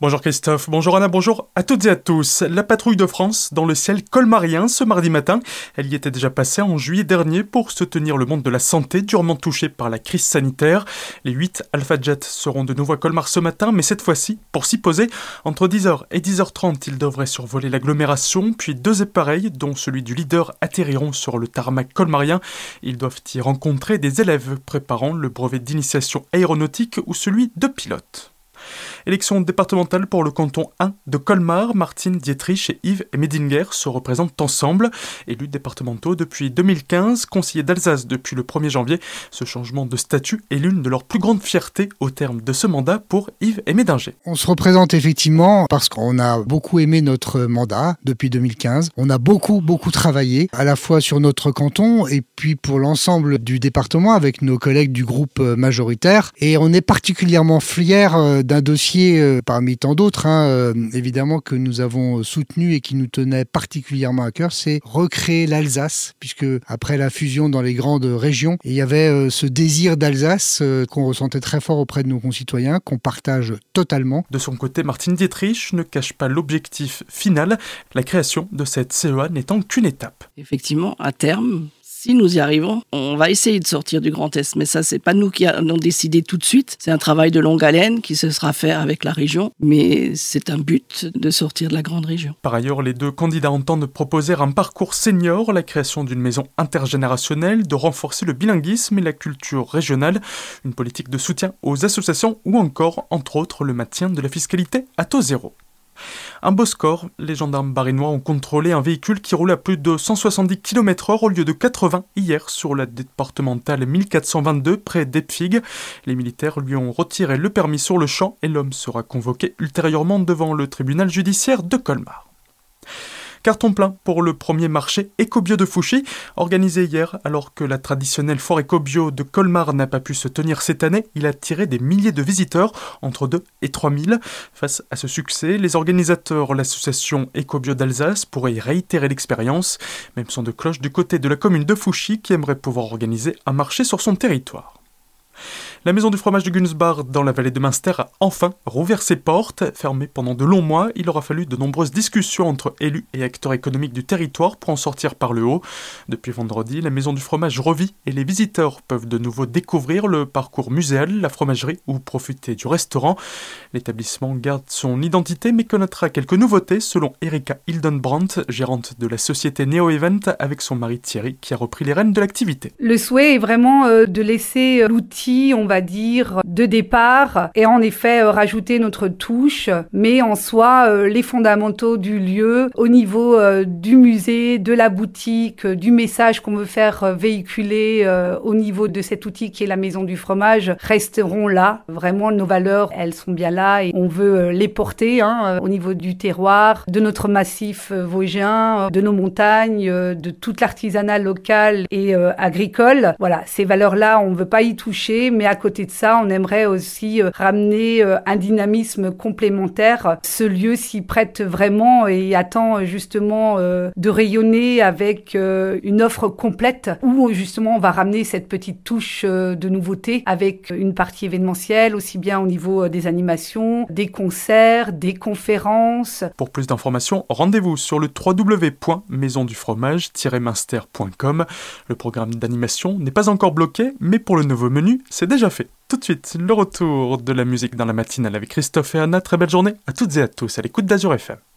Bonjour Christophe, bonjour Anna, bonjour à toutes et à tous. La patrouille de France dans le ciel colmarien ce mardi matin. Elle y était déjà passée en juillet dernier pour soutenir le monde de la santé durement touché par la crise sanitaire. Les 8 Alpha Jets seront de nouveau à Colmar ce matin, mais cette fois-ci, pour s'y poser, entre 10h et 10h30, ils devraient survoler l'agglomération, puis 2 appareils, dont celui du leader, atterriront sur le tarmac colmarien. Ils doivent y rencontrer des élèves préparant le brevet d'initiation aéronautique ou celui de pilote. Élection départementale pour le canton 1 de Colmar. Martine Dietrich et Yves Medinger se représentent ensemble. Élus départementaux depuis 2015, conseillers d'Alsace depuis le 1er janvier. Ce changement de statut est l'une de leurs plus grandes fiertés au terme de ce mandat pour Yves Medinger. On se représente effectivement parce qu'on a beaucoup aimé notre mandat depuis 2015. On a beaucoup travaillé à la fois sur notre canton et puis pour l'ensemble du département avec nos collègues du groupe majoritaire. Et on est particulièrement fiers d'un dossier parmi tant d'autres, évidemment, que nous avons soutenu et qui nous tenait particulièrement à cœur, c'est recréer l'Alsace, puisque après la fusion dans les grandes régions, il y avait ce désir d'Alsace qu'on ressentait très fort auprès de nos concitoyens, qu'on partage totalement. De son côté, Martine Dietrich ne cache pas l'objectif final, la création de cette CEA n'étant qu'une étape. Effectivement, à terme, si nous y arrivons, on va essayer de sortir du Grand Est. Mais ça, c'est pas nous qui allons décider tout de suite. C'est un travail de longue haleine qui se sera fait avec la région. Mais c'est un but de sortir de la grande région. Par ailleurs, les 2 candidats entendent proposer un parcours senior, la création d'une maison intergénérationnelle, de renforcer le bilinguisme et la culture régionale, une politique de soutien aux associations ou encore, entre autres, le maintien de la fiscalité à taux zéro. Un beau score, les gendarmes barinois ont contrôlé un véhicule qui roule à plus de 170 km/h au lieu de 80 hier sur la départementale 1422 près d'Epfig. Les militaires lui ont retiré le permis sur le champ et l'homme sera convoqué ultérieurement devant le tribunal judiciaire de Colmar. Carton plein pour le premier marché éco-bio de Fouchy, organisé hier alors que la traditionnelle foire éco-bio de Colmar n'a pas pu se tenir cette année. Il a attiré des milliers de visiteurs, entre 2 et 3 000. Face à ce succès, les organisateurs, l'association Éco-bio d'Alsace, pourraient réitérer l'expérience. Même son de cloche du côté de la commune de Fouchy qui aimerait pouvoir organiser un marché sur son territoire. La maison du fromage de Gunsbach dans la vallée de Münster a enfin rouvert ses portes. Fermée pendant de longs mois, il aura fallu de nombreuses discussions entre élus et acteurs économiques du territoire pour en sortir par le haut. Depuis vendredi, la maison du fromage revit et les visiteurs peuvent de nouveau découvrir le parcours muséal, la fromagerie ou profiter du restaurant. L'établissement garde son identité mais connaîtra quelques nouveautés selon Erika Hildenbrandt, gérante de la société Neo Event avec son mari Thierry qui a repris les rênes de l'activité. Le souhait est vraiment de laisser l'outil, on va dire, de départ et en effet rajouter notre touche, mais en soi les fondamentaux du lieu au niveau du musée, de la boutique, du message qu'on veut faire véhiculer au niveau de cet outil qui est la maison du fromage resteront là. Vraiment nos valeurs, elles sont bien là et on veut les porter au niveau du terroir, de notre massif vosgien, de nos montagnes, de toute l'artisanat local et agricole. Voilà, ces valeurs-là, on ne veut pas y toucher, mais à côté de ça, on aimerait aussi ramener un dynamisme complémentaire. Ce lieu s'y prête vraiment et attend justement de rayonner avec une offre complète où justement on va ramener cette petite touche de nouveauté avec une partie événementielle, aussi bien au niveau des animations, des concerts, des conférences. Pour plus d'informations, rendez-vous sur le www.maisondufromage-münster.com. Le programme d'animation n'est pas encore bloqué, mais pour le nouveau menu, c'est déjà fait. Tout de suite, le retour de la musique dans la matinale avec Christophe et Anna. Très belle journée à toutes et à tous à l'écoute d'Azur FM.